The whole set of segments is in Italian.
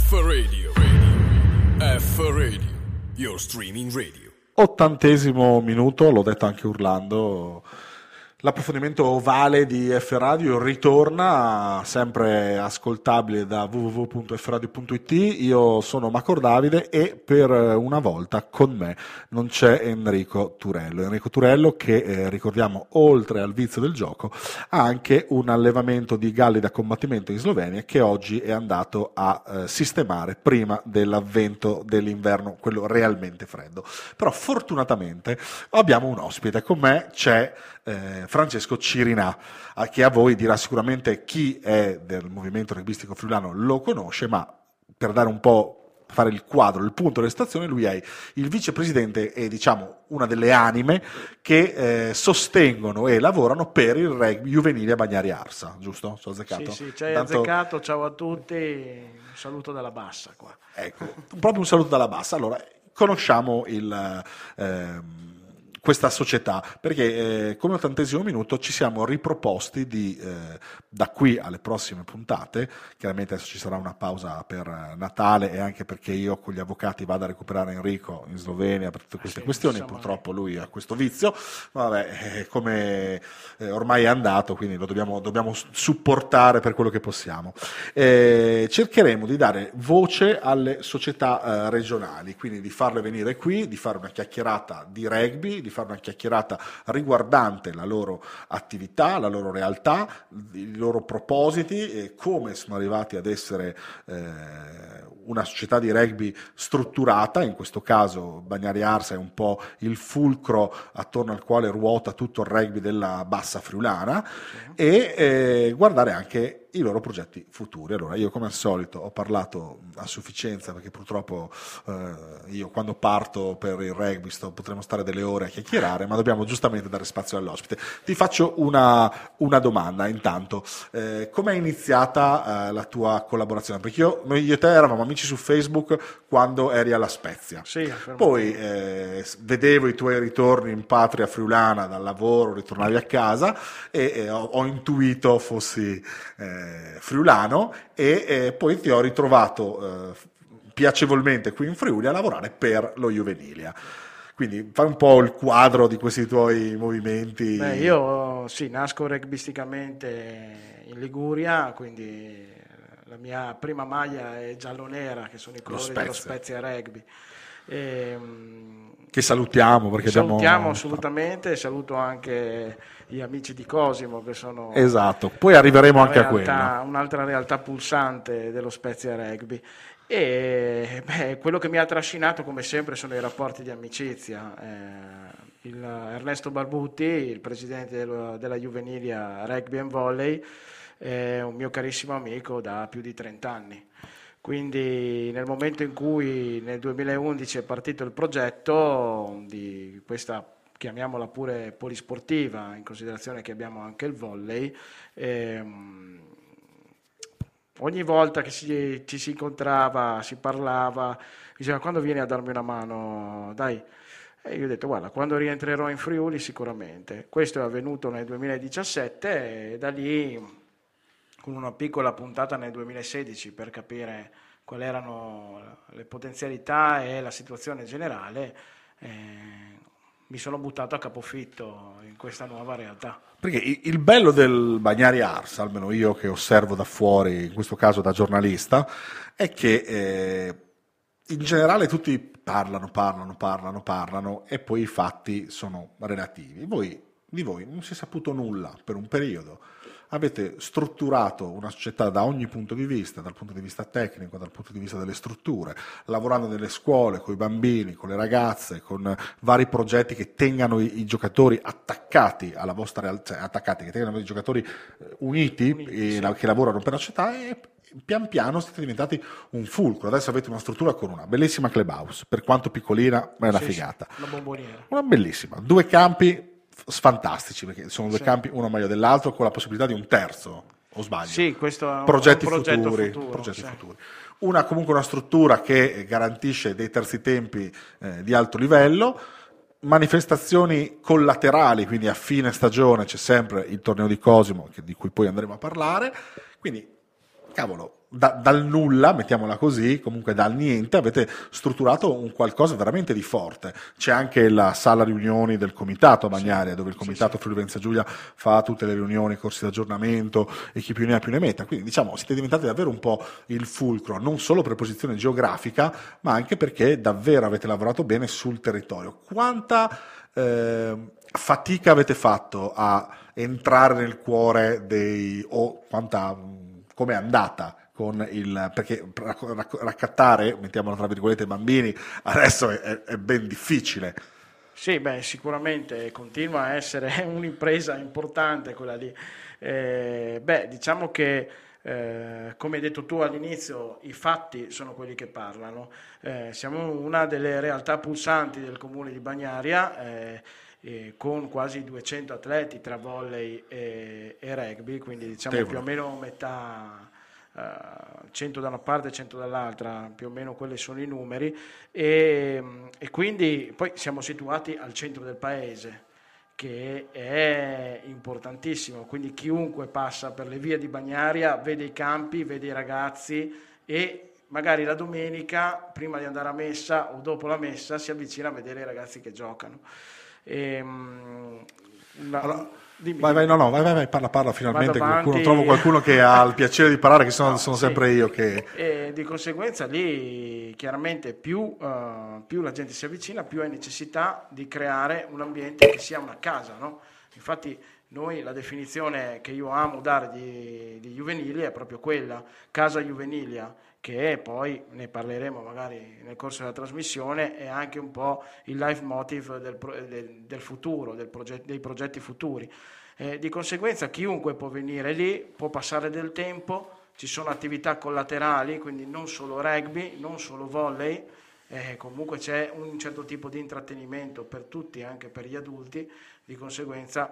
F Radio, your streaming radio. 80° minuto, l'ho detto anche urlando. L'approfondimento ovale di F Radio ritorna, sempre ascoltabile da www.fradio.it. Io sono Macor Davide e per una volta con me non c'è Enrico Turello. Enrico Turello che, ricordiamo, oltre al vizio del gioco, ha anche un allevamento di galli da combattimento in Slovenia che oggi è andato a sistemare prima dell'avvento dell'inverno, quello realmente freddo. Però fortunatamente abbiamo un ospite, con me c'è Francesco Cirinà, che a voi dirà sicuramente chi è del movimento rugbyistico friulano lo conosce, ma per dare un po', fare il quadro, il punto delle stazioni, lui è il vicepresidente e diciamo una delle anime che sostengono e lavorano per il rugby juvenile a Bagnari Arsa, giusto? Sono azzeccato? Sì, ci hai azzeccato, ciao a tutti, un saluto dalla bassa qua. Ecco, proprio un saluto dalla bassa. Allora, conosciamo questa società perché come 80° minuto ci siamo riproposti di da qui alle prossime puntate. Chiaramente adesso ci sarà una pausa per Natale e anche perché io con gli avvocati vado a recuperare Enrico in Slovenia per tutte queste questioni. Purtroppo lui ha questo vizio, vabbè, come ormai è andato, quindi lo dobbiamo supportare per quello che possiamo. Cercheremo di dare voce alle società regionali, quindi di farle venire qui, di fare una chiacchierata di rugby, di fare una chiacchierata riguardante la loro attività, la loro realtà, i loro propositi e come sono arrivati ad essere una società di rugby strutturata. In questo caso Bagnari Arsa è un po' il fulcro attorno al quale ruota tutto il rugby della bassa friulana, e guardare anche i loro progetti futuri. Allora, io come al solito ho parlato a sufficienza perché purtroppo io quando parto per il rugby potremo stare delle ore a chiacchierare, ma dobbiamo giustamente dare spazio all'ospite. Ti faccio una domanda intanto. Com'è iniziata la tua collaborazione? Perché noi e te eravamo amici su Facebook quando eri alla Spezia. Sì, poi vedevo i tuoi ritorni in patria friulana dal lavoro, ritornavi a casa e ho intuito fossi friulano e poi ti ho ritrovato piacevolmente qui in Friuli a lavorare per lo Juvenilia. Quindi fai un po' il quadro di questi tuoi movimenti. Io nasco rugbisticamente in Liguria, quindi la mia prima maglia è giallo-nera, che sono i colori dello Spezia Rugby. Che salutiamo perché salutiamo assolutamente, saluto anche gli amici di Cosimo che sono poi arriveremo anche a quello, un'altra realtà pulsante dello Spezia Rugby. E quello che mi ha trascinato come sempre sono i rapporti di amicizia. Ernesto Barbuti, il presidente della Juvenilia Rugby and Volley, è un mio carissimo amico da più di 30 anni. Quindi nel momento in cui nel 2011 è partito il progetto di questa, chiamiamola pure polisportiva, in considerazione che abbiamo anche il volley, ogni volta che ci si incontrava, si parlava, diceva: quando vieni a darmi una mano, dai. E io ho detto: guarda, quando rientrerò in Friuli sicuramente. Questo è avvenuto nel 2017 e da lì, con una piccola puntata nel 2016 per capire quali erano le potenzialità e la situazione generale, mi sono buttato a capofitto in questa nuova realtà. Perché il bello del Bagnari Arsa, almeno io che osservo da fuori, in questo caso da giornalista, è che in generale tutti parlano e poi i fatti sono relativi. Di voi non si è saputo nulla per un periodo. Avete strutturato una società da ogni punto di vista, dal punto di vista tecnico, dal punto di vista delle strutture, lavorando nelle scuole, con i bambini, con le ragazze, con vari progetti che tengano i giocatori attaccati alla vostra realtà, che tengano i giocatori uniti che lavorano per la società, e pian piano siete diventati un fulcro. Adesso avete una struttura con una bellissima clubhouse, per quanto piccolina, ma è una figata. Una bomboniera. Una bellissima. 2 campi fantastici, perché sono 2 campi uno meglio dell'altro, con la possibilità di un terzo, o sbaglio? Sì, questo è un progetti progetto futuri. Comunque una struttura che garantisce dei terzi tempi di alto livello, manifestazioni collaterali, quindi a fine stagione c'è sempre il torneo di Cosimo, di cui poi andremo a parlare, quindi cavolo, dal nulla, mettiamola così, comunque dal niente, avete strutturato un qualcosa veramente di forte. C'è anche la sala riunioni del comitato a Bagnaria, dove il comitato Friuli Venezia Giulia fa tutte le riunioni, corsi di aggiornamento, e chi più ne ha più ne metta. Quindi diciamo siete diventati davvero un po' il fulcro, non solo per posizione geografica, ma anche perché davvero avete lavorato bene sul territorio. Quanta fatica avete fatto a entrare nel cuore come è andata con perché raccattare, mettiamolo tra virgolette, bambini adesso è ben difficile. Sì, beh, sicuramente continua a essere un'impresa importante quella lì. Diciamo che come hai detto tu all'inizio, i fatti sono quelli che parlano. Siamo una delle realtà pulsanti del comune di Bagnaria, con quasi 200 atleti tra volley e rugby, quindi diciamo più o meno metà, 100 da una parte e 100 dall'altra, più o meno quelli sono i numeri, e quindi poi siamo situati al centro del paese, che è importantissimo, quindi chiunque passa per le vie di Bagnaria vede i campi, vede i ragazzi, e magari la domenica, prima di andare a messa o dopo la messa, si avvicina a vedere i ragazzi che giocano. Vai, parla finalmente. Trovo qualcuno che ha il piacere di parlare, che sono sempre io. E di conseguenza lì chiaramente più la gente si avvicina, più hai necessità di creare un ambiente che sia una casa, no? Infatti noi la definizione che io amo dare di Juvenili è proprio quella, casa Juvenilia, che poi ne parleremo magari nel corso della trasmissione, è anche un po' il leitmotiv del futuro, dei progetti futuri. Di conseguenza chiunque può venire lì, può passare del tempo, ci sono attività collaterali, quindi non solo rugby, non solo volley, comunque c'è un certo tipo di intrattenimento per tutti, anche per gli adulti, di conseguenza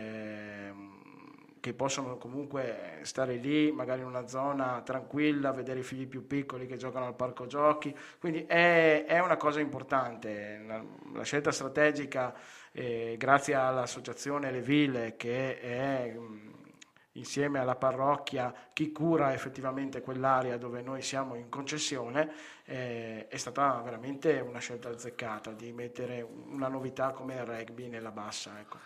che possono comunque stare lì, magari in una zona tranquilla, vedere i figli più piccoli che giocano al parco giochi, quindi è una cosa importante. La scelta strategica, grazie all'associazione Le Ville, che è insieme alla parrocchia chi cura effettivamente quell'area dove noi siamo in concessione, è stata veramente una scelta azzeccata di mettere una novità come il rugby nella bassa, ecco.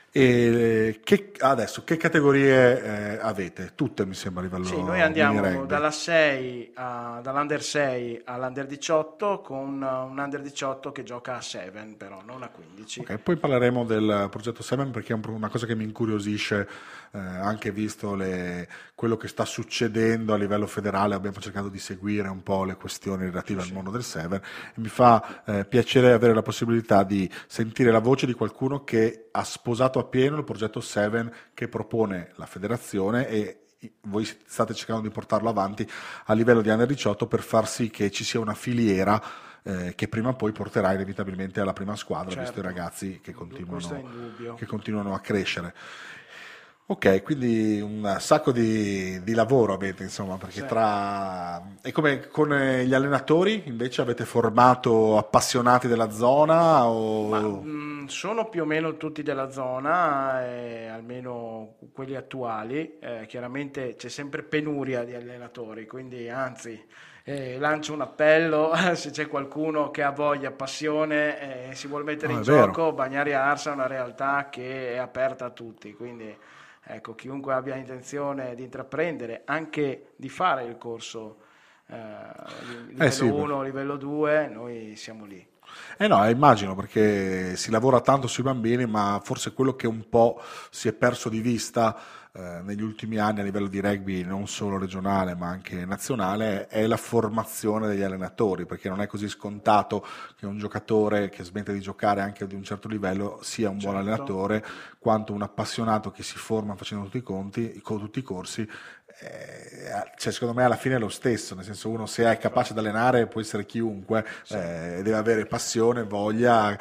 E adesso che categorie avete? Tutte mi sembra a livello. Sì, noi andiamo dall'Under 6 all'Under 18, con un Under 18 che gioca a 7, però non a 15. Ok, poi parleremo del progetto 7 perché è una cosa che mi incuriosisce, anche visto quello che sta succedendo a livello federale. Abbiamo cercato di seguire un po' le questioni relative al mondo del 7 e mi fa piacere avere la possibilità di sentire la voce di qualcuno che ha sposato appieno il progetto 7 che propone la federazione, e voi state cercando di portarlo avanti a livello di Under 18 per far sì che ci sia una filiera che prima o poi porterà inevitabilmente alla prima squadra, certo, visto i ragazzi che continuano a crescere. Ok, quindi un sacco di lavoro avete, insomma, perché sì. E come con gli allenatori invece avete formato appassionati della zona? Sono più o meno tutti della zona, almeno quelli attuali. Chiaramente c'è sempre penuria di allenatori, quindi anzi lancio un appello se c'è qualcuno che ha voglia, passione, si vuole mettere in gioco. Bagnaria Arsa è una realtà che è aperta a tutti, quindi ecco, chiunque abbia intenzione di intraprendere, anche di fare il corso livello 1, livello 2, noi siamo lì. No, immagino, perché si lavora tanto sui bambini, ma forse quello che un po' si è perso di vista negli ultimi anni a livello di rugby, non solo regionale ma anche nazionale, è la formazione degli allenatori, perché non è così scontato che un giocatore che smette di giocare anche di un certo livello sia un buon allenatore, quanto un appassionato che si forma facendo tutti i corsi. Cioè, secondo me alla fine è lo stesso, nel senso, uno se è capace di allenare può essere chiunque, deve avere passione, voglia,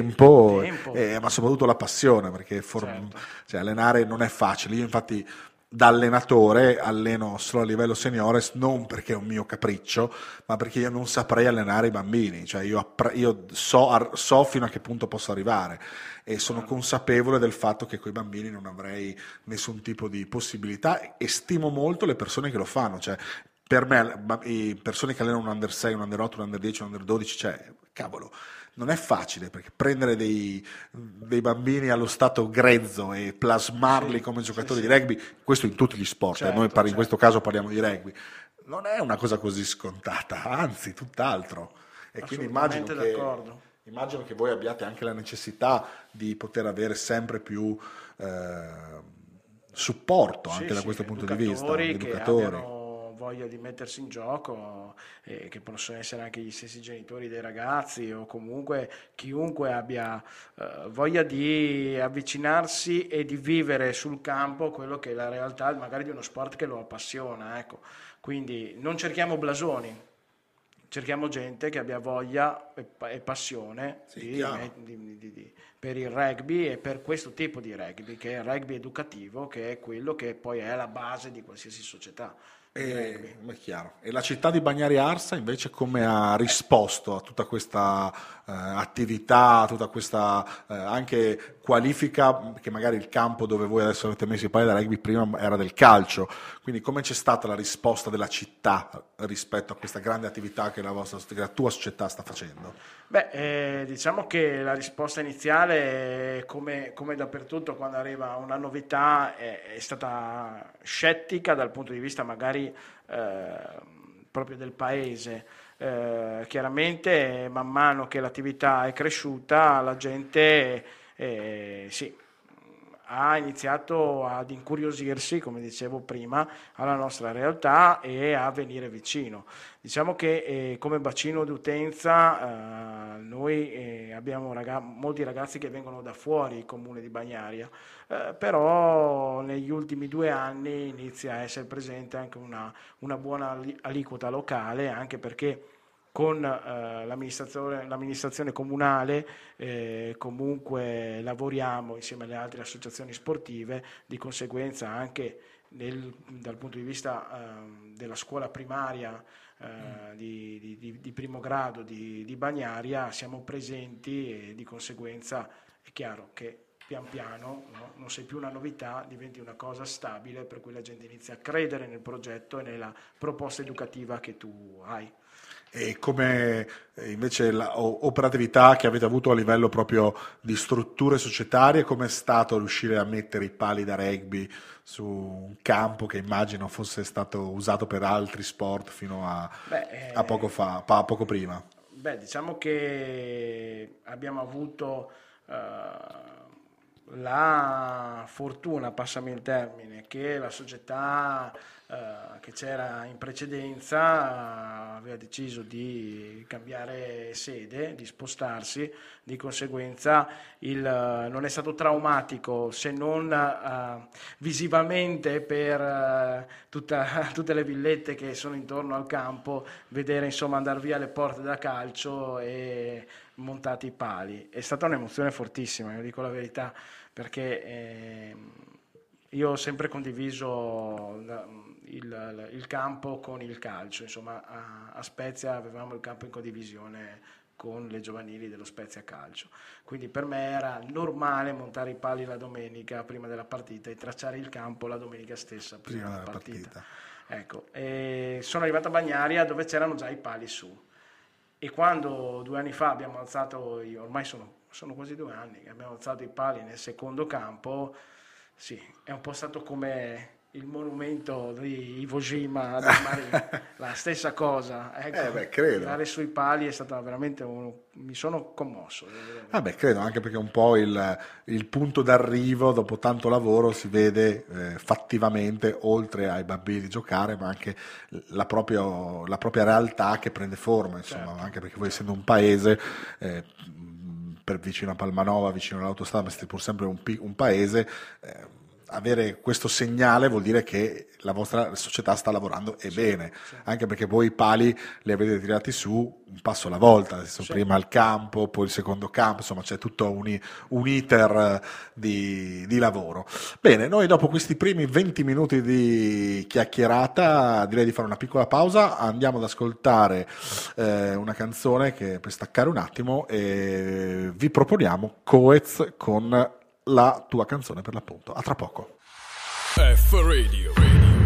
tempo. Ma soprattutto la passione, perché cioè, allenare non è facile. Io infatti da allenatore alleno solo a livello seniores, non perché è un mio capriccio, ma perché io non saprei allenare i bambini, cioè io so fino a che punto posso arrivare e sono consapevole del fatto che con i bambini non avrei nessun tipo di possibilità e stimo molto le persone che lo fanno, cioè per me i persone che allenano un under 6, un under 8, un under 10, un under 12, cioè cavolo, non è facile perché prendere dei bambini allo stato grezzo e plasmarli come giocatori di rugby, questo in tutti gli sport, noi in questo caso parliamo di rugby, non è una cosa così scontata, anzi tutt'altro. E quindi immagino che voi abbiate anche la necessità di poter avere sempre più supporto anche da questo punto di vista, educatori. Voglia di mettersi in gioco, che possono essere anche gli stessi genitori dei ragazzi o comunque chiunque abbia voglia di avvicinarsi e di vivere sul campo quello che è la realtà magari di uno sport che lo appassiona, ecco. Quindi non cerchiamo blasoni, cerchiamo gente che abbia voglia e passione per il rugby e per questo tipo di rugby, che è il rugby educativo, che è quello che poi è la base di qualsiasi società. È chiaro. E la città di Bagnari Arsa invece come ha risposto a tutta questa attività, a tutta questa anche qualifica, che magari il campo dove voi adesso avete messo i pali da rugby prima era del calcio, quindi come c'è stata la risposta della città rispetto a questa grande attività che la tua società sta facendo? Diciamo che la risposta iniziale, come dappertutto quando arriva una novità, è stata scettica dal punto di vista magari proprio del paese. Chiaramente man mano che l'attività è cresciuta la gente ha iniziato ad incuriosirsi, come dicevo prima, alla nostra realtà e a venire vicino. Diciamo che come bacino d'utenza noi abbiamo molti ragazzi che vengono da fuori il comune di Bagnaria, però negli ultimi 2 anni inizia a essere presente anche una buona aliquota locale, anche perché con l'amministrazione comunale comunque lavoriamo insieme alle altre associazioni sportive, di conseguenza anche dal punto di vista della scuola primaria di primo grado di Bagnaria siamo presenti e di conseguenza è chiaro che pian piano, no? Non sei più una novità, diventi una cosa stabile per cui la gente inizia a credere nel progetto e nella proposta educativa che tu hai. E come invece l'operatività che avete avuto a livello proprio di strutture societarie, come è stato riuscire a mettere i pali da rugby su un campo che immagino fosse stato usato per altri sport fino a poco prima? Diciamo che abbiamo avuto la fortuna, passami il termine, che la società che c'era in precedenza aveva deciso di cambiare sede, di spostarsi, di conseguenza non è stato traumatico se non visivamente per tutte le villette che sono intorno al campo, vedere insomma andare via le porte da calcio e montati i pali. È stata un'emozione fortissima, io dico la verità, perché io ho sempre condiviso il campo con il calcio, insomma a Spezia avevamo il campo in condivisione con le giovanili dello Spezia Calcio, quindi per me era normale montare i pali la domenica prima della partita e tracciare il campo la domenica stessa prima della partita. Ecco, e sono arrivato a Bagnaria dove c'erano già i pali su e quando 2 anni fa abbiamo alzato, ormai sono quasi 2 anni che abbiamo alzato i pali nel secondo campo, sì, è un po' stato come il monumento di Iwo Jima del Marino, la stessa cosa, ecco, credo. Tirare sui pali è stata veramente mi sono commosso. Credo, anche perché un po' il punto d'arrivo dopo tanto lavoro si vede fattivamente, oltre ai bambini giocare, ma anche la propria realtà che prende forma, insomma, certo. Anche perché voi essendo un paese vicino a Palmanova, vicino all'autostrada, ma siete pur sempre un paese, avere questo segnale vuol dire che la vostra società sta lavorando e bene, anche perché voi i pali li avete tirati su un passo alla volta, nel senso, prima il campo, poi il secondo campo, insomma c'è tutto un iter di lavoro. Bene, noi dopo questi primi 20 minuti di chiacchierata direi di fare una piccola pausa, andiamo ad ascoltare una canzone che per staccare un attimo e vi proponiamo Coez con la tua canzone per l'appunto. A tra poco. F Radio.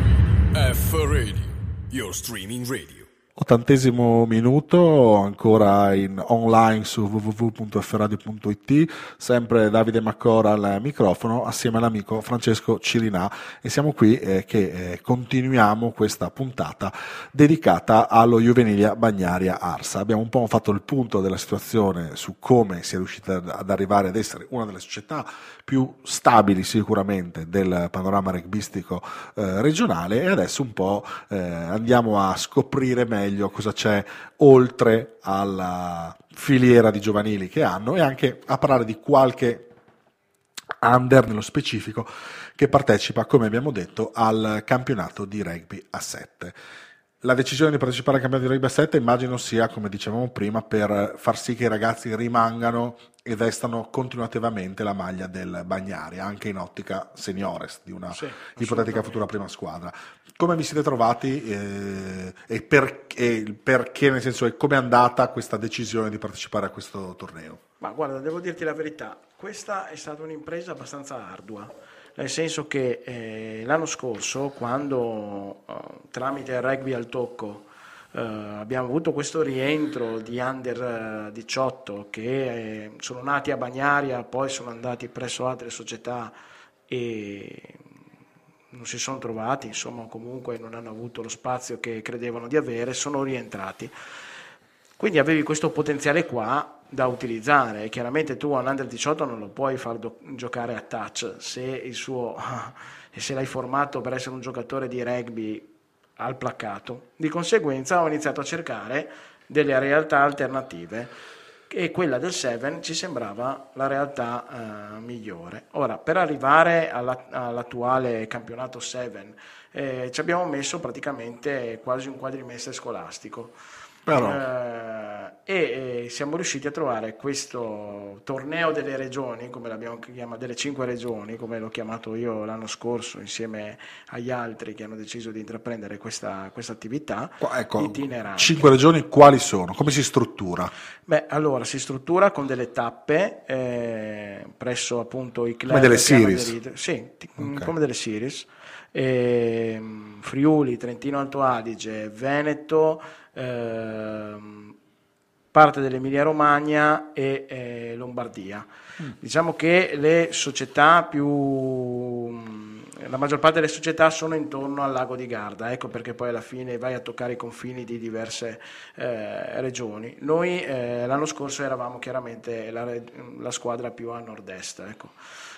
F Radio. Your streaming radio. 80° minuto, ancora online su www.fradio.it, sempre Davide Maccora al microfono assieme all'amico Francesco Cirinà, e siamo qui che continuiamo questa puntata dedicata allo Juvenilia Bagnaria Arsa. Abbiamo un po' fatto il punto della situazione su come si è riuscita ad arrivare ad essere una delle società più stabili sicuramente del panorama rugbistico regionale, e adesso un po' andiamo a scoprire meglio cosa c'è oltre alla filiera di giovanili che hanno, e anche a parlare di qualche under nello specifico che partecipa, come abbiamo detto, al campionato di rugby a 7. La decisione di partecipare al campionato di rugby a 7 immagino sia, come dicevamo prima, per far sì che i ragazzi rimangano e vestano continuativamente la maglia del Bagnaria, anche in ottica seniores di una ipotetica futura prima squadra. Come vi siete trovati e perché, nel senso, come è andata questa decisione di partecipare a questo torneo? Ma guarda, devo dirti la verità, questa è stata un'impresa abbastanza ardua, nel senso che l'anno scorso, quando tramite il rugby al tocco abbiamo avuto questo rientro di under 18 che sono nati a Bagnaria, poi sono andati presso altre società e non si sono trovati, insomma, comunque non hanno avuto lo spazio che credevano di avere, sono rientrati. Quindi avevi questo potenziale qua da utilizzare, e chiaramente tu a un under 18 non lo puoi far giocare a touch se se l'hai formato per essere un giocatore di rugby al placcato. Di conseguenza ho iniziato a cercare delle realtà alternative, e quella del 7 ci sembrava la realtà migliore. Ora, per arrivare all'attuale campionato 7 ci abbiamo messo praticamente quasi un quadrimestre scolastico. E siamo riusciti a trovare questo torneo delle regioni, come l'abbiamo chiamato, delle 5 regioni, come l'ho chiamato io l'anno scorso, insieme agli altri che hanno deciso di intraprendere questa attività itinerante. 5 regioni quali sono? Come si struttura? Beh, allora si struttura con delle tappe presso appunto i club. Come delle series? Come delle series. Friuli, Trentino Alto Adige, Veneto, parte dell'Emilia Romagna e Lombardia. Diciamo che le società la maggior parte delle società sono intorno al lago di Garda, ecco perché poi alla fine vai a toccare i confini di diverse regioni. Noi l'anno scorso eravamo chiaramente la squadra più a nord-est, ecco.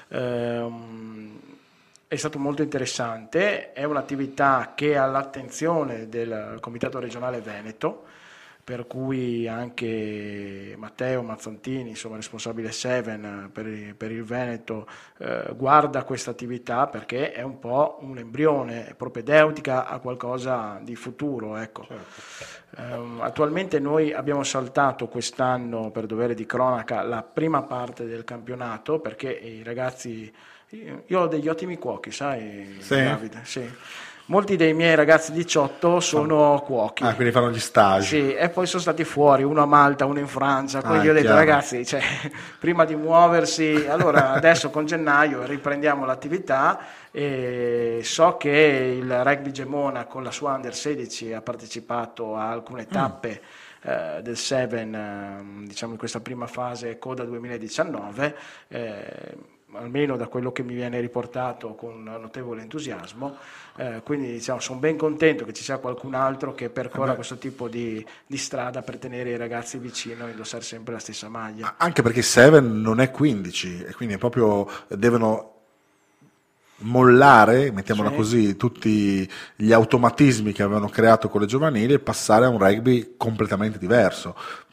È stato molto interessante, è un'attività che ha l'attenzione del Comitato regionale Veneto, per cui anche Matteo Mazzantini, insomma responsabile 7 per il Veneto, guarda questa attività perché è un po' un embrione, propedeutica a qualcosa di futuro, ecco. Attualmente noi abbiamo saltato quest'anno, per dovere di cronaca, la prima parte del campionato, perché i ragazzi... Io ho degli ottimi cuochi, sai, Davide? Sì. Molti dei miei ragazzi 18 sono cuochi. Quindi fanno gli stage. Sì, e poi sono stati fuori, uno a Malta, uno in Francia. Quindi io ho detto, ragazzi, prima di muoversi, allora adesso con gennaio riprendiamo l'attività, e so che il Rugby Gemona con la sua Under 16 ha partecipato a alcune tappe del 7, diciamo in questa prima fase Coda 2019, almeno da quello che mi viene riportato con notevole entusiasmo, quindi diciamo, sono ben contento che ci sia qualcun altro che percorra questo tipo di strada per tenere i ragazzi vicino e indossare sempre la stessa maglia. Anche perché 7 non è 15 e quindi proprio devono mollare, mettiamola così, tutti gli automatismi che avevano creato con le giovanili e passare a un rugby completamente diverso.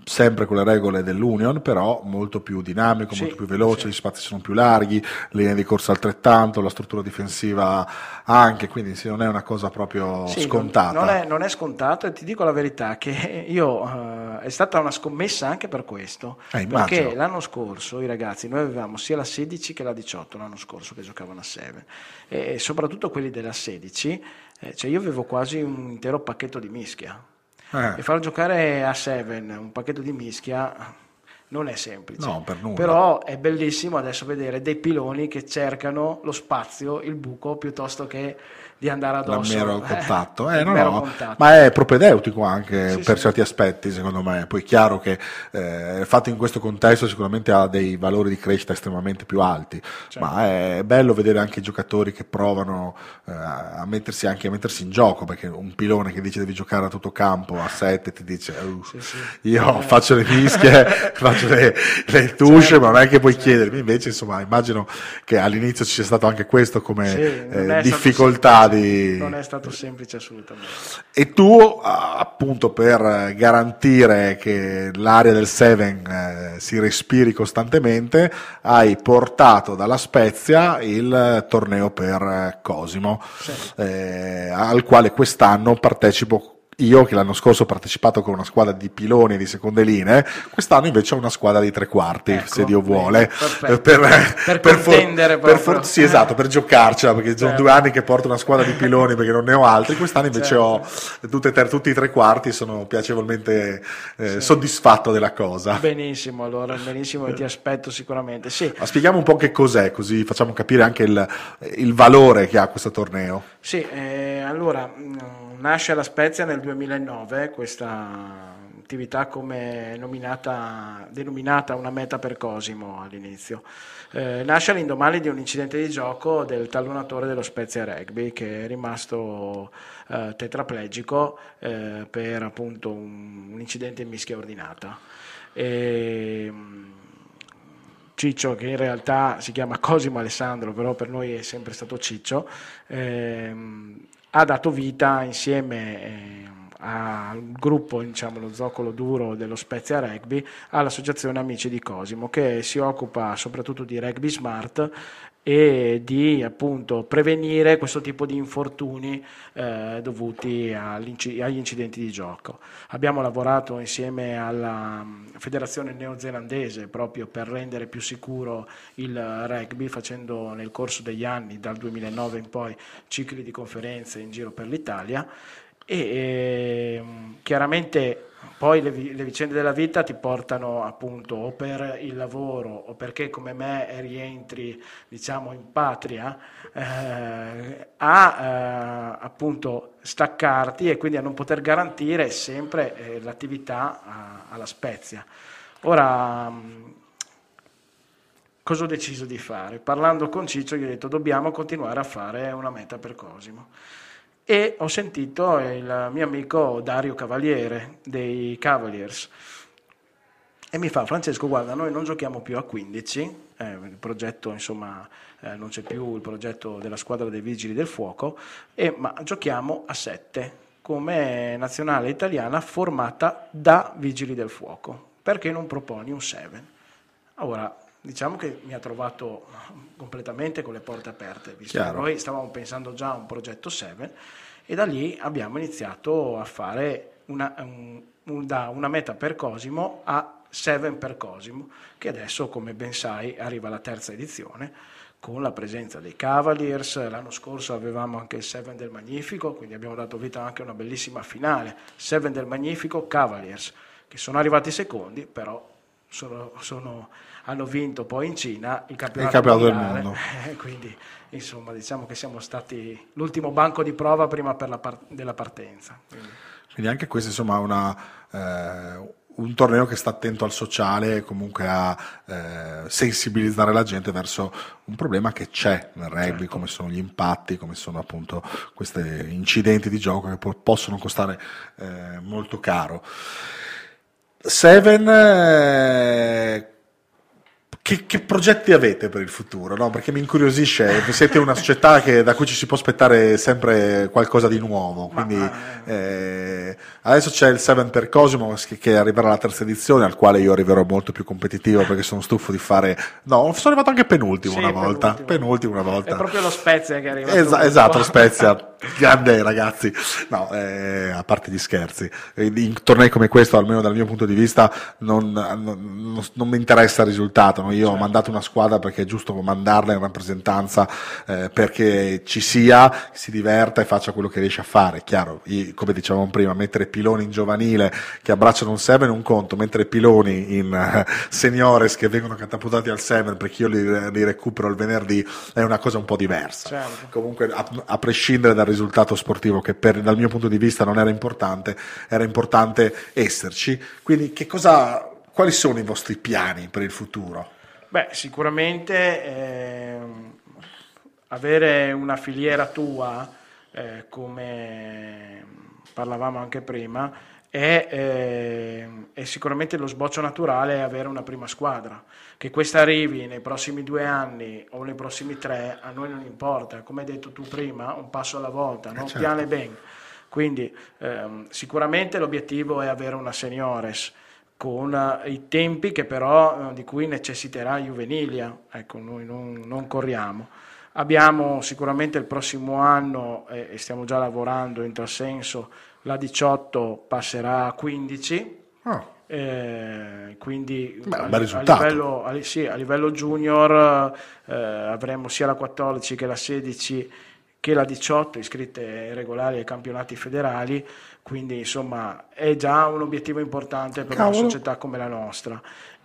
sempre con le regole dell'Union, però molto più dinamico, Sì, molto più veloce, sì. gli spazi sono più larghi, linee di corsa altrettanto, la struttura difensiva anche, quindi sì, non è una cosa proprio Sì, scontata. non è scontato, e ti dico la verità che io è stata una scommessa anche per questo, Immagino. perché l'anno scorso i ragazzi, noi avevamo sia la 16 che la 18 l'anno scorso che giocavano a 7, e soprattutto quelli della 16, cioè io avevo quasi un intero pacchetto di mischia, e far giocare a 7 un pacchetto di mischia non è semplice, No, per nulla. però è bellissimo adesso vedere dei piloni che cercano lo spazio, il buco, piuttosto che di andare addosso. Il mero contatto, il no, mero no, contatto. ma è propedeutico anche Sì, per sì. certi aspetti, secondo me. Poi è chiaro che fatto in questo contesto sicuramente ha dei valori di crescita estremamente più alti, ma è bello vedere anche i giocatori che provano a mettersi in gioco, perché un pilone che dice devi giocare a tutto campo a 7 ti dice Sì. io faccio le mischie, faccio le touche, ma non è che puoi chiedermi. Invece, insomma, immagino che all'inizio ci sia stato anche questo come Sì, non è stato difficoltà semplice. di... Non è stato semplice assolutamente. E tu, appunto, per garantire che l'area del Seven si respiri costantemente, hai portato dalla Spezia il torneo per Cosimo, al quale quest'anno partecipo io, che l'anno scorso ho partecipato con una squadra di piloni di seconde linee. Quest'anno invece ho una squadra di tre quarti, Ecco, se Dio vuole, perfetto. per contendere proprio. sì, esatto, per giocarcela, perché sono Certo. 2 anni che porto una squadra di piloni perché non ne ho altri. Quest'anno invece Certo. ho tutti i tre quarti, sono piacevolmente soddisfatto della cosa. Benissimo, allora, benissimo, e ti aspetto sicuramente. Sì, Ma spieghiamo un po' che cos'è, così facciamo capire anche il valore che ha questo torneo. sì, allora, nasce alla Spezia nel 2009 questa attività come denominata una meta per Cosimo all'inizio. Nasce all'indomani di un incidente di gioco del tallonatore dello Spezia Rugby, che è rimasto tetraplegico per appunto un incidente in mischia ordinata. Ciccio, che in realtà si chiama Cosimo Alessandro, però per noi è sempre stato Ciccio, ha dato vita insieme al gruppo, diciamo, lo zoccolo duro dello Spezia Rugby, all'associazione Amici di Cosimo, che si occupa soprattutto di rugby smart e di appunto prevenire questo tipo di infortuni dovuti agli incidenti di gioco. Abbiamo lavorato insieme alla federazione neozelandese proprio per rendere più sicuro il rugby, facendo nel corso degli anni, dal 2009 in poi, cicli di conferenze in giro per l'Italia. E chiaramente poi le vicende della vita ti portano appunto o per il lavoro o perché come me rientri, diciamo, in patria, a appunto staccarti e quindi a non poter garantire sempre l'attività alla Spezia. Ora, cosa ho deciso di fare? Parlando con Ciccio gli ho detto dobbiamo continuare a fare una meta per Cosimo. E ho sentito il mio amico Dario Cavaliere dei Cavaliers e mi fa: Francesco, guarda, noi non giochiamo più a 15, il progetto, insomma, non c'è più il progetto della squadra dei Vigili del Fuoco, ma giochiamo a 7 come nazionale italiana formata da Vigili del Fuoco. Perché non proponi un 7? Ora, diciamo che mi ha trovato completamente con le porte aperte, visto che noi stavamo pensando già a un progetto 7, e da lì abbiamo iniziato a fare da una meta per Cosimo a 7 per Cosimo, che adesso, come ben sai, arriva alla terza edizione con la presenza dei Cavaliers. L'anno scorso avevamo anche il 7 del Magnifico, quindi abbiamo dato vita anche a una bellissima finale, 7 del Magnifico Cavaliers, che sono arrivati secondi, però hanno vinto poi in Cina il campionato del mondiale, mondo. quindi insomma diciamo che siamo stati l'ultimo banco di prova prima della partenza. Quindi anche questo, insomma, un torneo che sta attento al sociale e comunque a sensibilizzare la gente verso un problema che c'è nel rugby, Certo. come sono gli impatti, come sono appunto questi incidenti di gioco che possono costare molto caro. Seven, che progetti avete per il futuro? No? Perché mi incuriosisce, siete una società da cui ci si può aspettare sempre qualcosa di nuovo, quindi Adesso c'è il 7 per Cosimo che arriverà alla terza edizione, al quale io arriverò molto più competitivo perché sono stufo di fare. No, sono arrivato anche penultimo Sì, una volta. Penultimo una volta. È proprio lo Spezia che arriva. Esatto, lo Spezia. Grande ragazzi. No, a parte gli scherzi. In tornei come questo, almeno dal mio punto di vista, non mi interessa il risultato. No? Io ho mandato una squadra perché è giusto mandarla in rappresentanza, perché ci sia, si diverta e faccia quello che riesce a fare. Chiaro, come dicevamo prima, mettere piloni in giovanile che abbracciano un 7 è un conto, mentre piloni in seniores che vengono catapultati al 7 perché io li recupero il venerdì è una cosa un po' diversa. Certo. Comunque, a prescindere dal risultato sportivo, che dal mio punto di vista non era importante, era importante esserci. Quindi quali sono i vostri piani per il futuro? Beh, sicuramente avere una filiera tua, come parlavamo anche prima, è sicuramente lo sboccio naturale avere una prima squadra. Che questa arrivi nei prossimi 2 anni o nei prossimi 3, a noi non importa, come hai detto tu prima, un passo alla volta, no? Certo. Piano e ben. Quindi sicuramente l'obiettivo è avere una seniores con i tempi che però di cui necessiterà Juvenilia. Ecco, noi non corriamo. Abbiamo sicuramente il prossimo anno, e stiamo già lavorando in tal senso, la 18 passerà a 15. Quindi Beh, un bel risultato. a livello junior avremo sia la 14 che la 16 che la 18 iscritte regolari ai campionati federali, quindi insomma è già un obiettivo importante per una società come la nostra.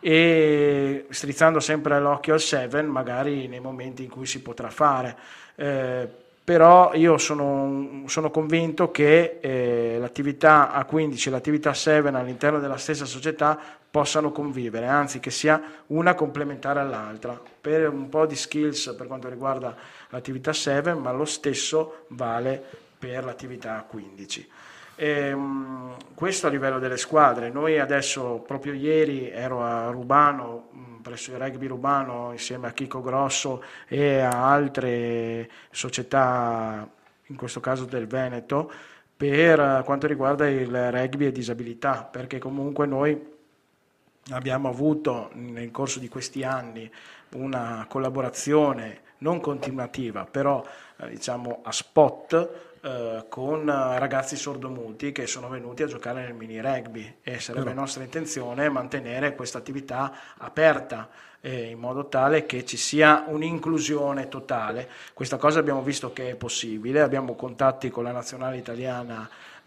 E strizzando sempre l'occhio al 7, magari nei momenti in cui si potrà fare. Però io sono convinto che l'attività A15 e l'attività 7 all'interno della stessa società possano convivere, anzi che sia una complementare all'altra, per un po' di skills per quanto riguarda l'attività 7, ma lo stesso vale per l'attività A15. Questo a livello delle squadre. Noi adesso, proprio ieri, ero a Rubano, presso il Rugby Rubano, insieme a Chico Grosso e a altre società, in questo caso del Veneto, per quanto riguarda il rugby e disabilità, perché comunque noi abbiamo avuto nel corso di questi anni una collaborazione non continuativa, però diciamo a spot, con ragazzi sordomuti che sono venuti a giocare nel mini rugby, e sarebbe nostra intenzione mantenere questa attività aperta, in modo tale che ci sia un'inclusione totale. Questa cosa abbiamo visto che è possibile, abbiamo contatti con la nazionale italiana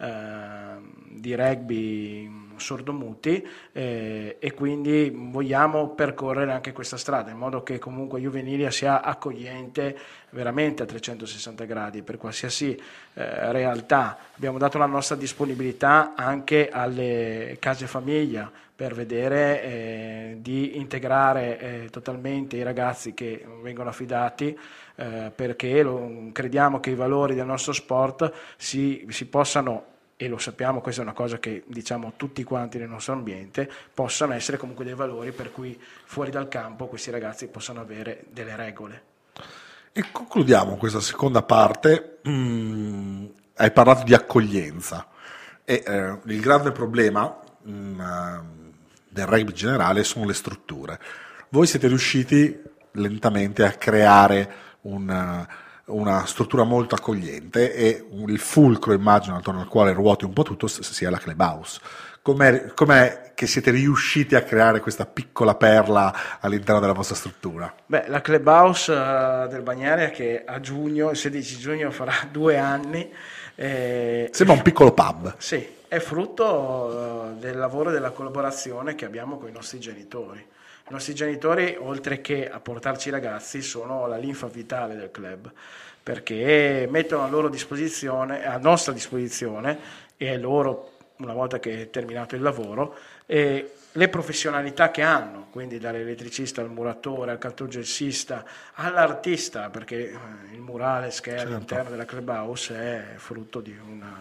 di rugby sordomuti, e quindi vogliamo percorrere anche questa strada in modo che comunque Juvenilia sia accogliente veramente a 360 gradi per qualsiasi realtà. Abbiamo dato la nostra disponibilità anche alle case famiglia per vedere di integrare totalmente i ragazzi che vengono affidati, perché crediamo che i valori del nostro sport si possano, e lo sappiamo, questa è una cosa che diciamo tutti quanti nel nostro ambiente, possano essere comunque dei valori per cui fuori dal campo questi ragazzi possano avere delle regole. E concludiamo questa seconda parte. Hai parlato di accoglienza e il grande problema del rugby generale sono le strutture. Voi siete riusciti lentamente a creare una struttura molto accogliente, e il fulcro, immagino, attorno al quale ruoti un po' tutto sia la clubhouse. Com'è che siete riusciti a creare questa piccola perla all'interno della vostra struttura? Beh, la clubhouse del Bagnaria, che a giugno, il 16 giugno, farà 2 anni. Sembra un piccolo pub. Sì, è frutto del lavoro e della collaborazione che abbiamo con i nostri genitori. I nostri genitori, oltre che a portarci i ragazzi, sono la linfa vitale del club, perché mettono a nostra disposizione, e loro, una volta che è terminato il lavoro, le professionalità che hanno, quindi dall'elettricista al muratore, al cartogessista, all'artista, perché il murales che è all'interno della clubhouse è frutto di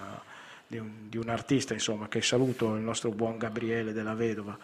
un artista, insomma, che saluto, il nostro buon Gabriele della Vedova.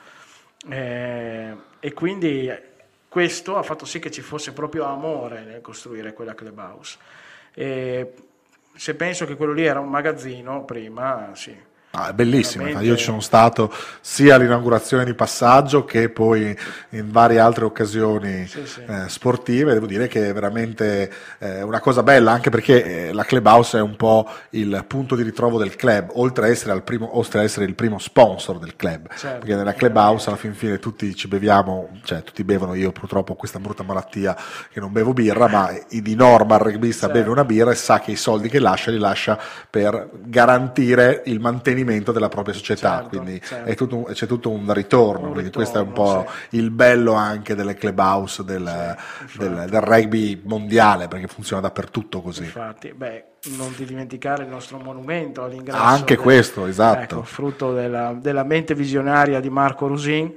E quindi questo ha fatto sì che ci fosse proprio amore nel costruire quella clubhouse. Se penso che quello lì era un magazzino prima, sì, È bellissimo, veramente... io ci sono stato sia all'inaugurazione di passaggio che poi in varie altre occasioni Sì, sì. Sportive. Devo dire che è veramente una cosa bella, anche perché la Clubhouse è un po' il punto di ritrovo del club, oltre a essere il primo sponsor del club, Certo, perché nella Clubhouse alla fin fine tutti ci beviamo, cioè tutti bevono, io purtroppo ho questa brutta malattia che non bevo birra, ma di norma il rugbista Certo. beve una birra e sa che i soldi che lascia li lascia per garantire il mantenimento della propria società, Certo, quindi certo. c'è tutto un ritorno, quindi questo è un po' il bello anche delle clubhouse del rugby mondiale, perché funziona dappertutto così. Infatti, non ti dimenticare il nostro monumento all'ingresso. Anche questo, esatto. Ecco, frutto della mente visionaria di Marco Rusin,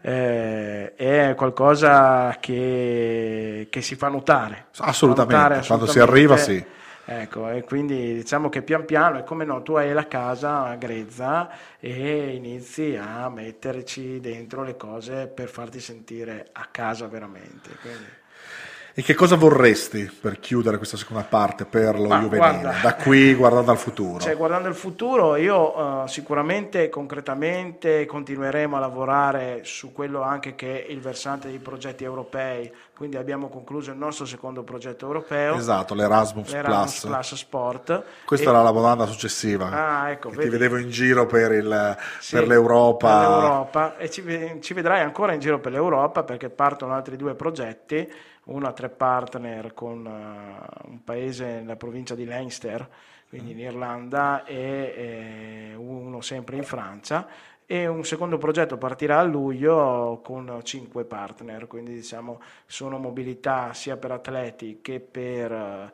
è qualcosa che si fa notare. Assolutamente, quando si arriva sì. Ecco, e quindi diciamo che pian piano, è come no, tu hai la casa grezza e inizi a metterci dentro le cose per farti sentire a casa veramente. Quindi... E che cosa vorresti per chiudere questa seconda parte per lo juvenile? Da qui guardando al futuro. Guardando il futuro, io sicuramente concretamente continueremo a lavorare su quello anche che è il versante dei progetti europei, quindi abbiamo concluso il nostro secondo progetto europeo. Esatto, l'Erasmus Plus Sport. Questa era la domanda successiva. Ecco, ti vedevo in giro per per l'Europa. E ci vedrai ancora in giro per l'Europa, perché partono altri 2 progetti, uno a 3 partner con un paese nella provincia di Leinster, quindi in Irlanda, e uno sempre in Francia, e un secondo progetto partirà a luglio con 5 partner, quindi diciamo sono mobilità sia per atleti che per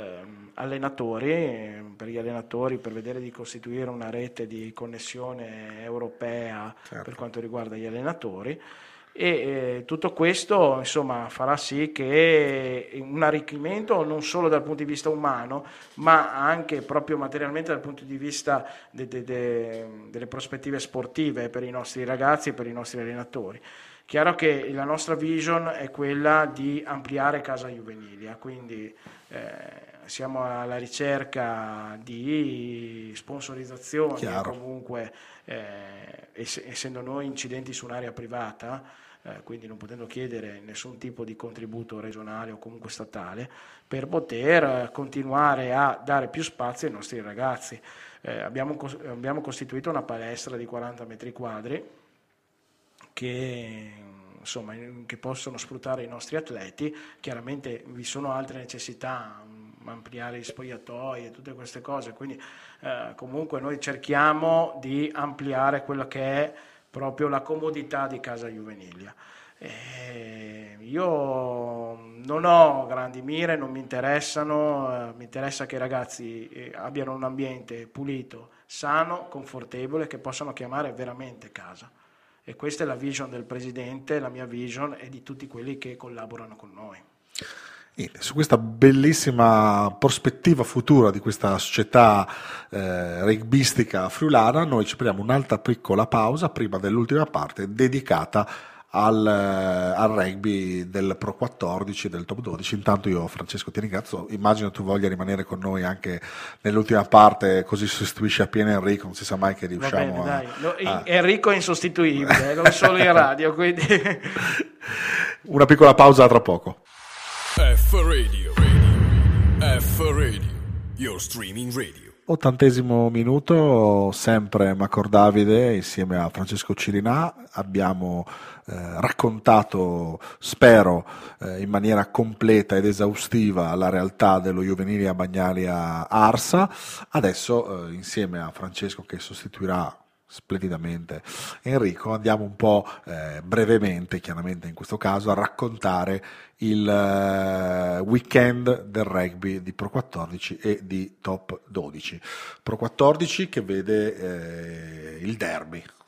allenatori, per gli allenatori, per vedere di costituire una rete di connessione europea, certo, per quanto riguarda gli allenatori. E tutto questo insomma farà sì che un arricchimento non solo dal punto di vista umano, ma anche proprio materialmente dal punto di vista delle prospettive sportive per i nostri ragazzi e per i nostri allenatori. Chiaro che la nostra vision è quella di ampliare Casa Juvenilia, quindi siamo alla ricerca di sponsorizzazioni, comunque essendo noi incidenti su un'area privata, quindi non potendo chiedere nessun tipo di contributo regionale o comunque statale, per poter continuare a dare più spazio ai nostri ragazzi. Abbiamo costituito una palestra di 40 metri quadri che possono sfruttare i nostri atleti. Chiaramente vi sono altre necessità, ampliare gli spogliatoi e tutte queste cose, quindi comunque noi cerchiamo di ampliare quello che è proprio la comodità di Casa Juvenilia. Io non ho grandi mire, non mi interessano, mi interessa che i ragazzi abbiano un ambiente pulito, sano, confortevole, che possano chiamare veramente casa. E questa è la vision del Presidente, la mia vision e di tutti quelli che collaborano con noi. E su questa bellissima prospettiva futura di questa società rugbistica friulana, noi ci prendiamo un'altra piccola pausa prima dell'ultima parte dedicata al rugby del Pro 14 e del Top 12. Intanto io, Francesco, ti ringrazio, immagino tu voglia rimanere con noi anche nell'ultima parte, così sostituisce appieno Enrico, non si sa mai che riusciamo Enrico è insostituibile, non solo in radio, quindi una piccola pausa tra poco. F-Radio, F-Radio, your streaming radio. 80° minuto, sempre Macor Davide insieme a Francesco Cirinà. Abbiamo raccontato, spero in maniera completa ed esaustiva, la realtà dello Juvenile Bagnalia Arsa. Adesso insieme a Francesco, che sostituirà splendidamente Enrico, andiamo un po' brevemente, chiaramente in questo caso, a raccontare il weekend del rugby di Pro 14 e di Top 12. Pro 14 che vede il derby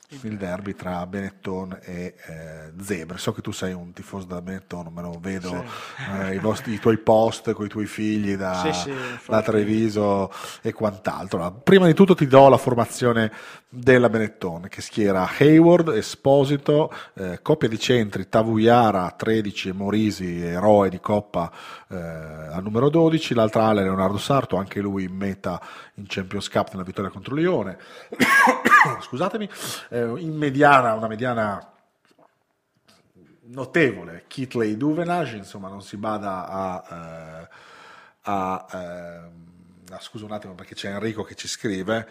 il derby tra Benetton e Zebre. So che tu sei un tifoso da Benetton, me lo vedo, i tuoi post con i tuoi figli da Treviso e quant'altro. Allora, prima di tutto ti do la formazione della Benetton, che schiera Hayward, Esposito, coppia di centri Tavuyara 13 e Morisi, eroe di Coppa, al numero 12, l'altra ala Leonardo Sarto, anche lui in meta in Champions Cup nella vittoria contro Lione. Scusatemi, in mediana, una mediana notevole, Kitley Duvenage, insomma non si bada scusa un attimo perché c'è Enrico che ci scrive,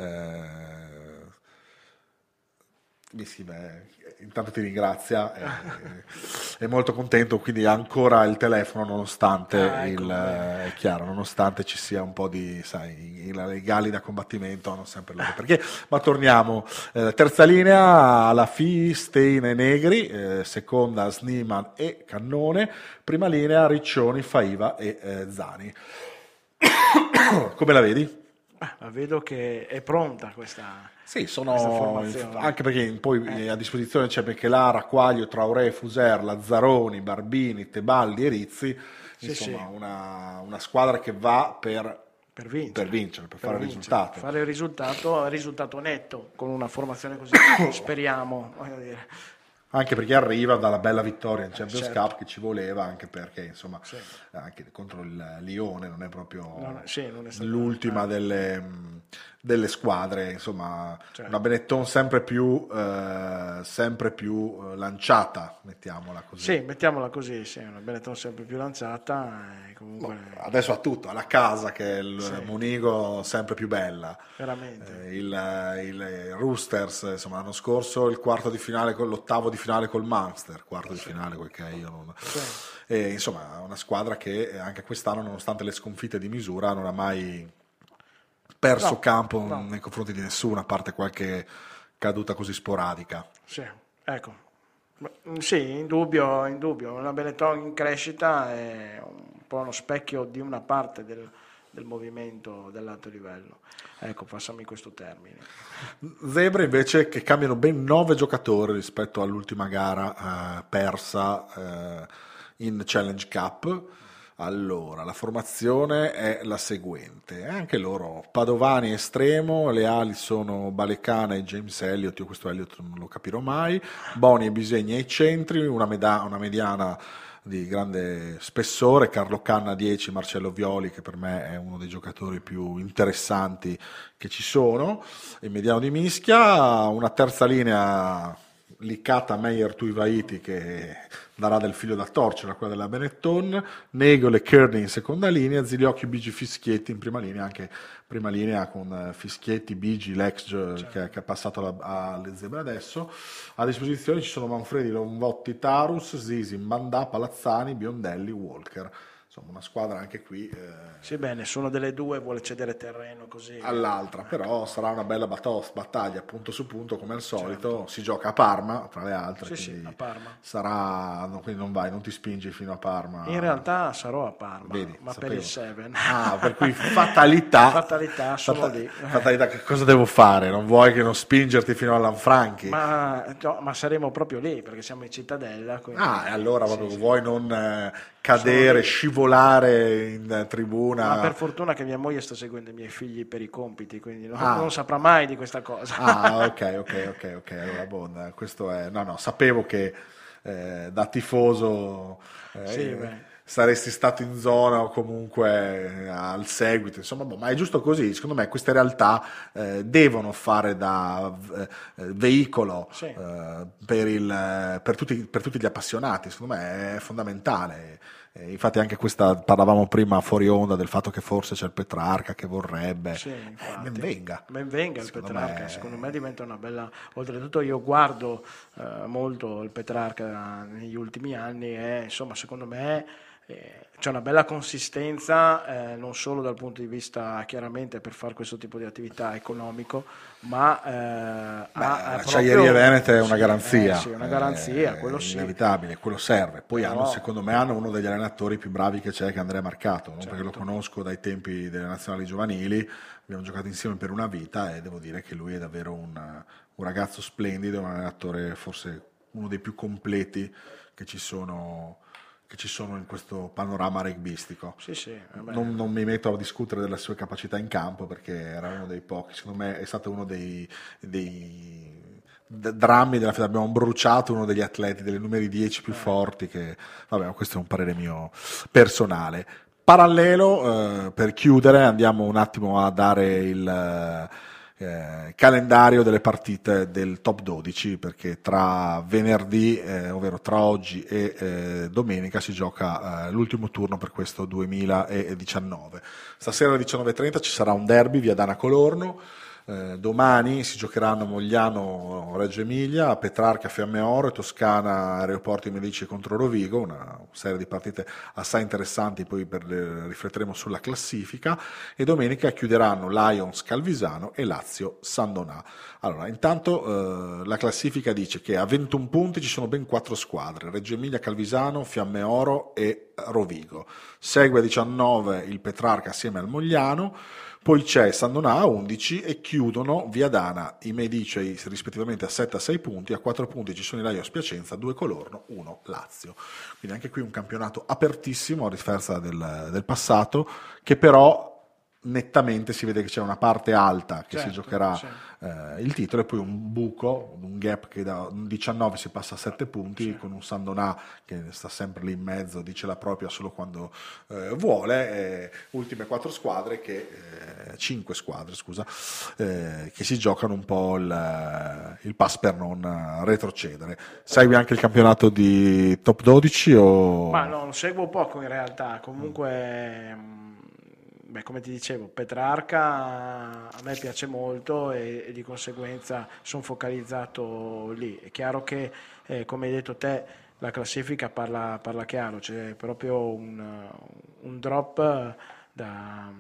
mi scrive, intanto ti ringrazia, è molto contento, quindi ha ancora il telefono nonostante è chiaro, nonostante ci sia un po' di, sai, i galli da combattimento hanno sempre loro perché, ma torniamo, terza linea alla Fi, Stein e Negri, seconda Sneeman e Cannone, prima linea Riccioni, Faiva e Zani. Come la vedi? La vedo che è pronta questa. Sì, anche perché poi a disposizione c'è Bechelara, Quaglio, Traoré, Fuser, Lazzaroni, Barbini, Tebaldi e Rizzi, insomma una squadra che va per vincere, per fare il risultato. Fare il risultato netto con una formazione così, speriamo. Voglio dire. Anche perché arriva dalla bella vittoria in Champions Cup che ci voleva, anche perché insomma anche contro il Lione non è proprio non è l'ultima delle squadre, insomma una Benetton sempre più lanciata, mettiamola così. Sì, mettiamola così, una Benetton sempre più lanciata. Comunque. Adesso ha tutto, ha la casa che è il Monigo sempre più bella. Veramente. Il Roosters, insomma l'anno scorso il quarto di finale con l'ottavo di finale col Munster, quarto di finale quel che è io non... E, insomma una squadra che anche quest'anno nonostante le sconfitte di misura non ha mai perso campo nei confronti di nessuno, a parte qualche caduta così sporadica. Sì, ecco. Sì, in dubbio, una Benetton in crescita è un po' uno specchio di una parte del movimento dell'alto livello. Ecco, passami questo termine. Zebre invece che cambiano ben 9 giocatori rispetto all'ultima gara persa in Challenge Cup. Allora, la formazione è la seguente, anche loro, Padovani estremo, le ali sono Balecana e James Elliott, io questo Elliott non lo capirò mai, Boni e Bisegni ai centri, una mediana di grande spessore, Carlo Canna 10, Marcello Violi che per me è uno dei giocatori più interessanti che ci sono, il mediano di mischia, una terza linea Licata, Meyer, Tuivaiti che darà del filo da torcere a quella della Benetton, Negol e Kearney in seconda linea, Ziliocchi, Bigi, Fischietti in prima linea, anche prima linea con Fischietti, Bigi, l'ex che è passato alle Zebre adesso. A disposizione ci sono Manfredi, Lonvotti, Tarus, Sisi, Mandà, Palazzani, Biondelli, Walker. Insomma, una squadra anche qui. Sì, beh, nessuno delle due vuole cedere terreno così. All'altra, però sarà una bella battaglia punto su punto come al solito. Si gioca a Parma, tra le altre. Sì, a Parma. Quindi non ti spingi fino a Parma. In realtà sarò a Parma, vedi, ma sapevo. per il 7. Per cui fatalità. Sono lì. Fatalità, che cosa devo fare? Non vuoi che non spingerti fino a Lanfranchi? Ma saremo proprio lì, perché siamo in Cittadella. Quindi... e allora vuoi non cadere, scivolare in tribuna? Ma per fortuna che mia moglie sta seguendo i miei figli per i compiti, quindi non saprà mai di questa cosa. Ok. Allora, questo è... No, sapevo che da tifoso saresti stato in zona o comunque al seguito, insomma, ma è giusto così. Secondo me queste realtà devono fare da veicolo per tutti gli appassionati. Secondo me è fondamentale. Infatti anche questa, parlavamo prima fuori onda del fatto che forse c'è il Petrarca che vorrebbe, ben venga il Petrarca, secondo me diventa una bella, oltretutto io guardo molto il Petrarca negli ultimi anni e insomma secondo me c'è una bella consistenza, non solo dal punto di vista chiaramente per fare questo tipo di attività economico, ma L'acciaieria Veneta è una garanzia, sì, una garanzia, quello sì. Inevitabile, quello serve. Poi Però, secondo me hanno uno degli allenatori più bravi che c'è, che è Andrea Marcato, non? Certo. Perché lo conosco dai tempi delle nazionali giovanili, abbiamo giocato insieme per una vita e devo dire che lui è davvero un ragazzo splendido, un allenatore forse uno dei più completi che ci sono in questo panorama rugbyistico. Sì, non mi metto a discutere delle sue capacità in campo perché era uno dei pochi, secondo me è stato uno dei drammi della fede, abbiamo bruciato uno degli atleti, delle numeri 10 più forti, che vabbè, questo è un parere mio personale. Parallelo, per chiudere, andiamo un attimo a dare il calendario delle partite del top 12, perché tra venerdì, ovvero tra oggi e domenica, si gioca l'ultimo turno per questo 2019. Stasera alle 19:30 ci sarà un derby via Dana Colorno. Domani si giocheranno Mogliano Reggio Emilia, Petrarca Fiamme Oro e Toscana Aeroporti Medici contro Rovigo, una serie di partite assai interessanti, poi rifletteremo sulla classifica, e domenica chiuderanno Lions Calvisano e Lazio San Donà. Allora, intanto la classifica dice che a 21 punti ci sono ben 4 squadre: Reggio Emilia, Calvisano, Fiamme Oro e Rovigo. Segue a 19 il Petrarca assieme al Mogliano. Poi c'è San Donà a 11 e chiudono Via Dana i Medici rispettivamente a 7 a 6 punti, a 4 punti ci sono i Lions Piacenza, 2 Colorno, 1 Lazio. Quindi anche qui un campionato apertissimo a differenza del passato, che però nettamente si vede che c'è una parte alta che si giocherà il titolo, e poi un buco, un gap che da 19 si passa a 7 punti, con un San Donà che sta sempre lì in mezzo, dice la propria solo quando vuole, ultime 4 squadre 5 squadre che si giocano un po' il pass per non retrocedere. Segui anche il campionato di top 12 o? Ma no, lo seguo poco in realtà, comunque come ti dicevo, Petrarca a me piace molto e di conseguenza sono focalizzato lì. È chiaro che, come hai detto te, la classifica parla chiaro, c'è proprio un drop da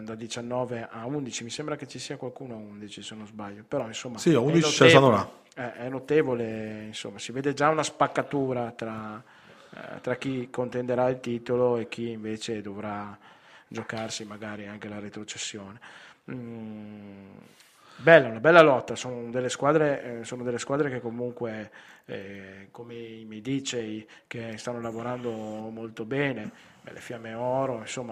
19 a 11, mi sembra che ci sia qualcuno a 11 se non sbaglio, però insomma sì, a 11 c'è San Donà. È notevole, insomma, si vede già una spaccatura tra chi contenderà il titolo e chi invece dovrà giocarsi magari anche la retrocessione. Una bella lotta, sono delle squadre che comunque come i Medici che stanno lavorando molto bene, le Fiamme Oro, insomma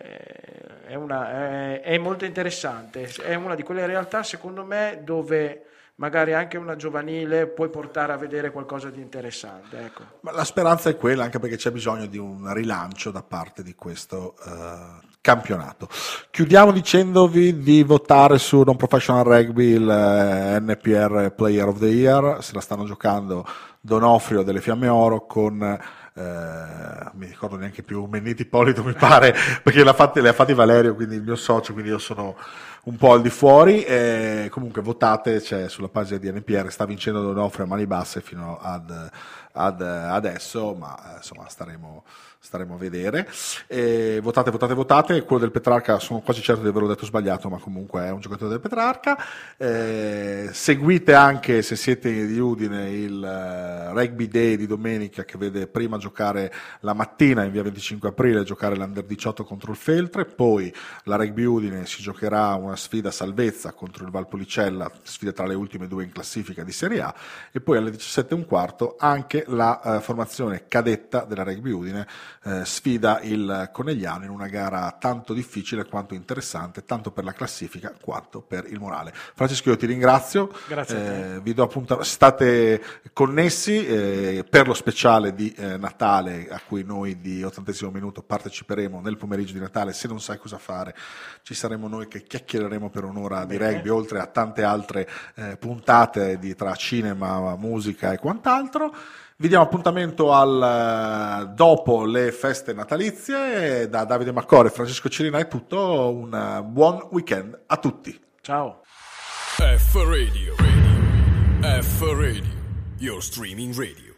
è molto interessante, è una di quelle realtà secondo me dove magari anche una giovanile puoi portare a vedere qualcosa di interessante, ecco. Ma la speranza è quella, anche perché c'è bisogno di un rilancio da parte di questo campionato. Chiudiamo dicendovi di votare su Non Professional Rugby il NPR Player of the Year. Se la stanno giocando Donofrio delle Fiamme Oro con mi ricordo neanche più Menniti Ippolito, mi pare, perché le ha fatti Valerio, quindi il mio socio, quindi io sono un po' al di fuori. Comunque votate, c'è sulla pagina di NPR, sta vincendo Donofrio a mani basse fino ad adesso, ma insomma staremo a vedere. Votate. Quello del Petrarca sono quasi certo di averlo detto sbagliato, ma comunque è un giocatore del Petrarca. Seguite anche, se siete di Udine, il Rugby Day di domenica, che vede prima giocare la mattina in via 25 aprile, giocare l'Under 18 contro il Feltre, poi la Rugby Udine si giocherà una sfida salvezza contro il Valpolicella, sfida tra le ultime 2 in classifica di Serie A, e poi alle 17:15 anche la formazione cadetta della Rugby Udine sfida il Conegliano in una gara tanto difficile quanto interessante, tanto per la classifica quanto per il morale. Francesco, io ti ringrazio. Grazie a te. Vi do appuntamento, state connessi per lo speciale di Natale, a cui noi di 80° minuto parteciperemo nel pomeriggio di Natale. Se non sai cosa fare, ci saremo noi che chiacchiereremo per un'ora di rugby, oltre a tante altre puntate tra cinema, musica e quant'altro. Vi diamo appuntamento dopo le feste natalizie. Da Davide Maccore e Francesco Cirina è tutto, un buon weekend a tutti. Ciao. F Radio, your streaming radio.